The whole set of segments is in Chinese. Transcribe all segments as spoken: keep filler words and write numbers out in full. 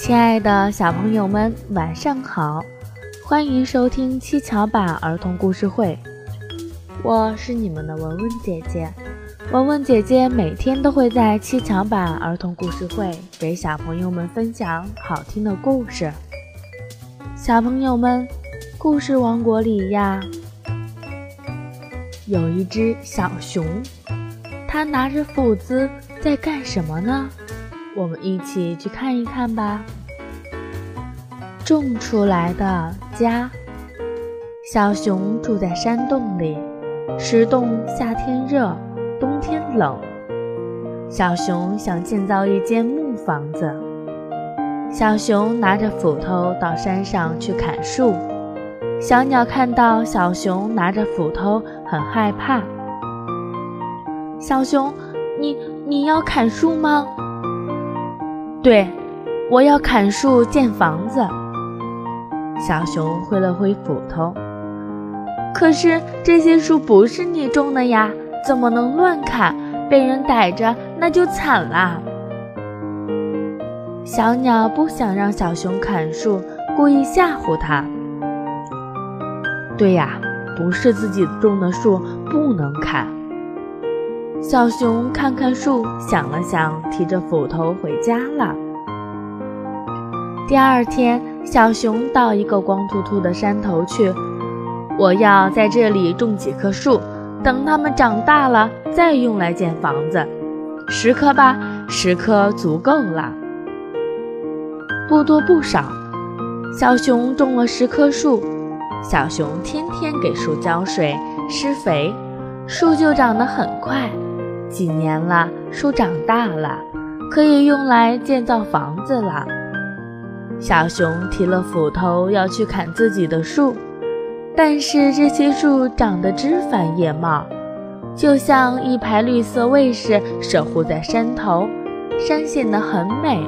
亲爱的小朋友们，晚上好，欢迎收听七巧板儿童故事会。我是你们的文文姐姐。文文姐姐每天都会在七巧板儿童故事会给小朋友们分享好听的故事。小朋友们，故事王国里呀，有一只小熊，它拿着斧子在干什么呢？我们一起去看一看吧。种出来的家。小熊住在山洞里，石洞夏天热，冬天冷。小熊想建造一间木房子。小熊拿着斧头到山上去砍树。小鸟看到小熊拿着斧头，很害怕。小熊，你你要砍树吗？对，我要砍树建房子。小熊挥了挥斧头。可是这些树不是你种的呀，怎么能乱砍？被人逮着那就惨啦。小鸟不想让小熊砍树，故意吓唬它。对呀，不是自己种的树不能砍。小熊看看树，想了想，提着斧头回家了。第二天，小熊到一个光秃秃的山头去。我要在这里种几棵树，等它们长大了再用来建房子。十棵吧，十棵足够了。不多不少，小熊种了十棵树。小熊天天给树浇水、施肥，树就长得很快。几年了，树长大了，可以用来建造房子了。小熊提了斧头要去砍自己的树，但是这些树长得枝繁叶茂，就像一排绿色卫士守护在山头，山显得很美。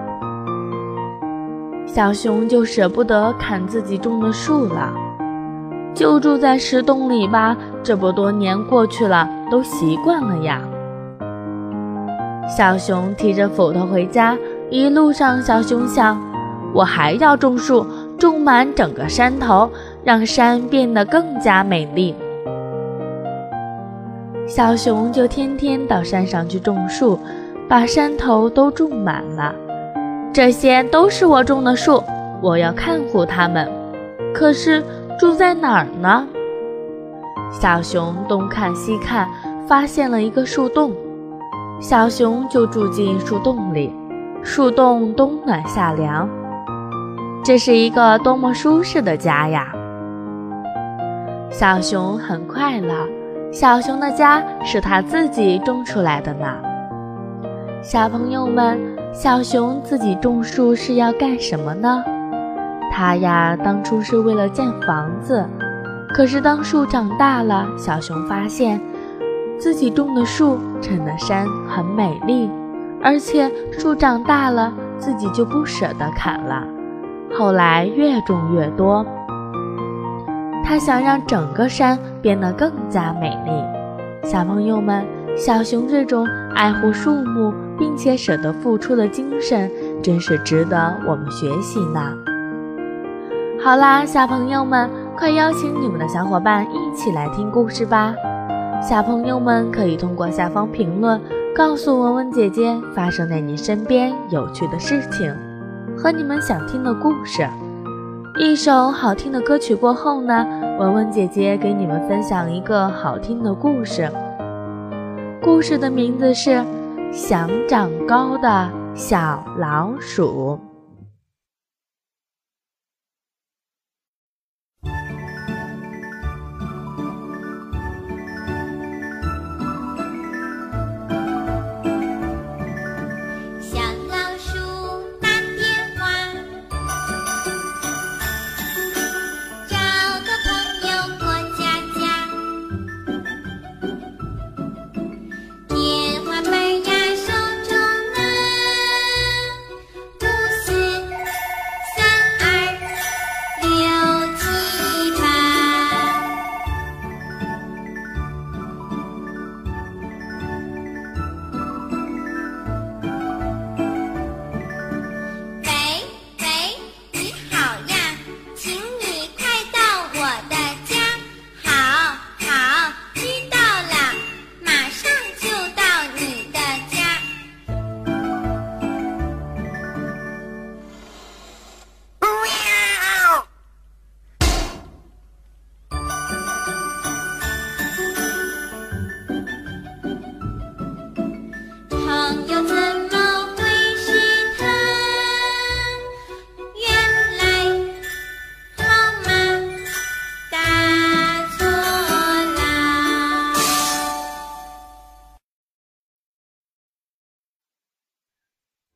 小熊就舍不得砍自己种的树了，就住在石洞里吧，这么多年过去了，都习惯了呀。小熊提着斧头回家，一路上小熊想，我还要种树，种满整个山头，让山变得更加美丽。小熊就天天到山上去种树，把山头都种满了。这些都是我种的树，我要看护它们。可是住在哪儿呢？小熊东看西看，发现了一个树洞。小熊就住进树洞里，树洞冬暖夏凉。这是一个多么舒适的家呀！小熊很快乐，小熊的家是他自己种出来的呢。小朋友们，小熊自己种树是要干什么呢？他呀，当初是为了建房子，可是当树长大了，小熊发现自己种的树衬得山很美丽，而且树长大了，自己就不舍得砍了。后来越种越多，他想让整个山变得更加美丽。小朋友们，小熊这种爱护树木并且舍得付出的精神，真是值得我们学习呢。好啦，小朋友们，快邀请你们的小伙伴一起来听故事吧。小朋友们可以通过下方评论告诉文文姐姐发生在你身边有趣的事情和你们想听的故事。一首好听的歌曲过后呢，文文姐姐给你们分享一个好听的故事。故事的名字是《想长高的小老鼠》。 电话本呀手中拿，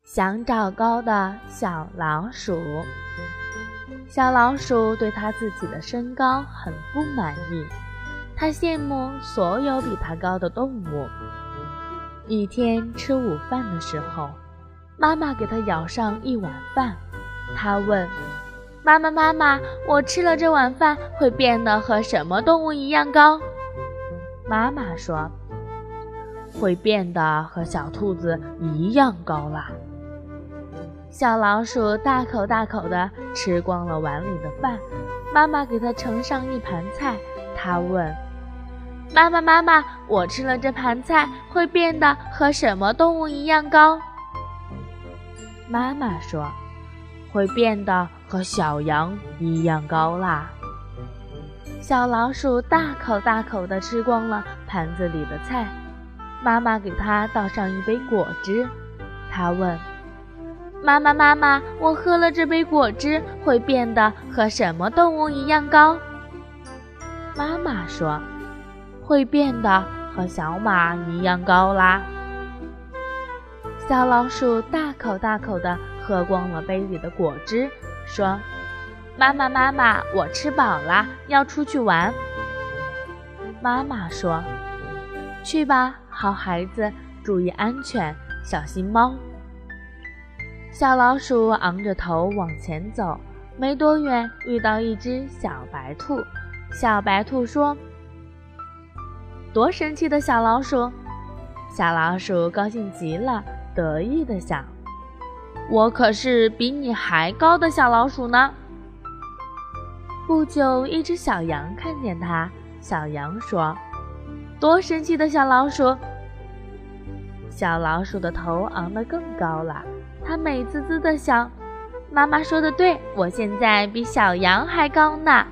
想长高的小老鼠。小老鼠对它自己的身高很不满意，它羡慕所有比它高的动物。一天吃午饭的时候，妈妈给它舀上一碗饭，它问妈妈妈妈，我吃了这碗饭会变得和什么动物一样高？妈妈说，会变得和小兔子一样高啦。小老鼠大口大口地吃光了碗里的饭，妈妈给它盛上一盘菜，它问妈妈妈妈，我吃了这盘菜会变得和什么动物一样高？妈妈说，会变得和小羊一样高啦。小老鼠大口大口地吃光了盘子里的菜，妈妈给它倒上一杯果汁，它问妈妈妈妈，我喝了这杯果汁会变得和什么动物一样高？妈妈说，会变得和小马一样高啦。小老鼠大口大口地喝光了杯里的果汁，说妈妈妈妈，我吃饱了，要出去玩。妈妈说，去吧，好孩子，注意安全，小心猫。小老鼠昂着头往前走，没多远遇到一只小白兔。小白兔说，多神奇的小老鼠！小老鼠高兴极了，得意地想，我可是比你还高的小老鼠呢。不久，一只小羊看见它，小羊说，多神奇的小老鼠！小老鼠的头昂得更高了，它美滋滋地想，妈妈说的对，我现在比小羊还高呢。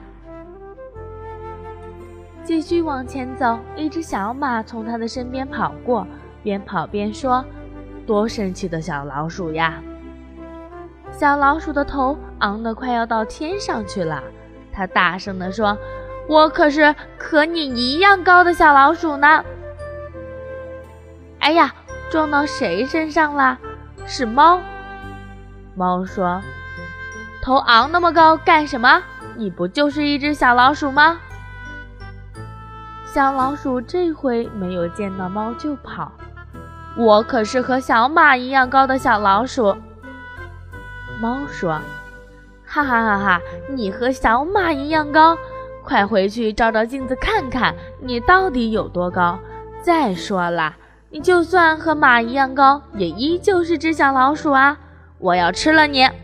继续往前走，一只小马从它的身边跑过，边跑边说，多神奇的小老鼠呀！小老鼠的头昂得快要到天上去了，它大声地说，我可是和你一样高的小老鼠呢。哎呀，撞到谁身上了？是猫。猫说，头昂那么高干什么？你不就是一只小老鼠吗？小老鼠这回没有见到猫就跑，我可是和小马一样高的小老鼠。猫说，哈哈哈哈，你和小马一样高，快回去照照镜子看看你到底有多高。再说了，你就算和马一样高，也依旧是只小老鼠啊，我要吃了你。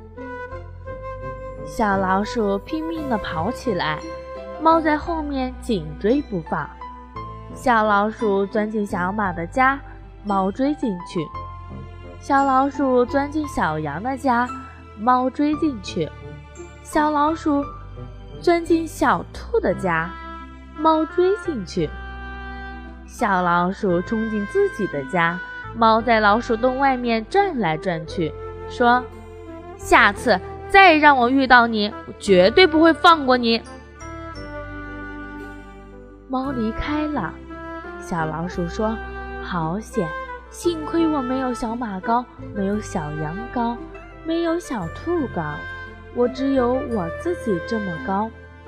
小老鼠拼命地跑起来，猫在后面紧追不放。小老鼠钻进小马的家，猫追进去。小老鼠钻进小羊的家，猫追进去。小老鼠钻进小兔的家，猫追进去。小老鼠冲进自己的家，猫在老鼠洞外面转来转去，说，下次再让我遇到你，我绝对不会放过你。猫离开了，小老鼠说，好险，幸亏我没有小马高，没有小羊高，没有小兔高，我只有我自己这么高。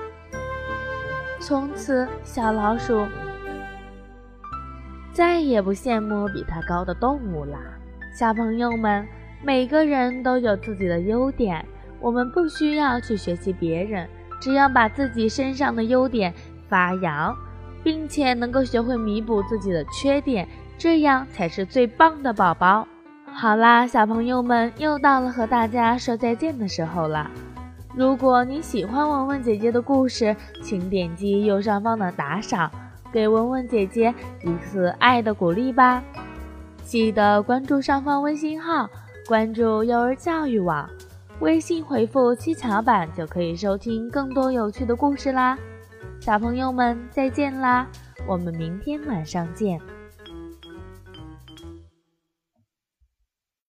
从此小老鼠再也不羡慕比它高的动物啦。小朋友们，每个人都有自己的优点，我们不需要去学习别人，只要把自己身上的优点发扬，并且能够学会弥补自己的缺点，这样才是最棒的宝宝。好啦，小朋友们，又到了和大家说再见的时候了。如果你喜欢文文姐姐的故事，请点击右上方的打赏，给文文姐姐一次爱的鼓励吧。记得关注上方微信号，关注幼儿教育网，微信回复七巧板就可以收听更多有趣的故事啦。小朋友们再见啦，我们明天晚上见。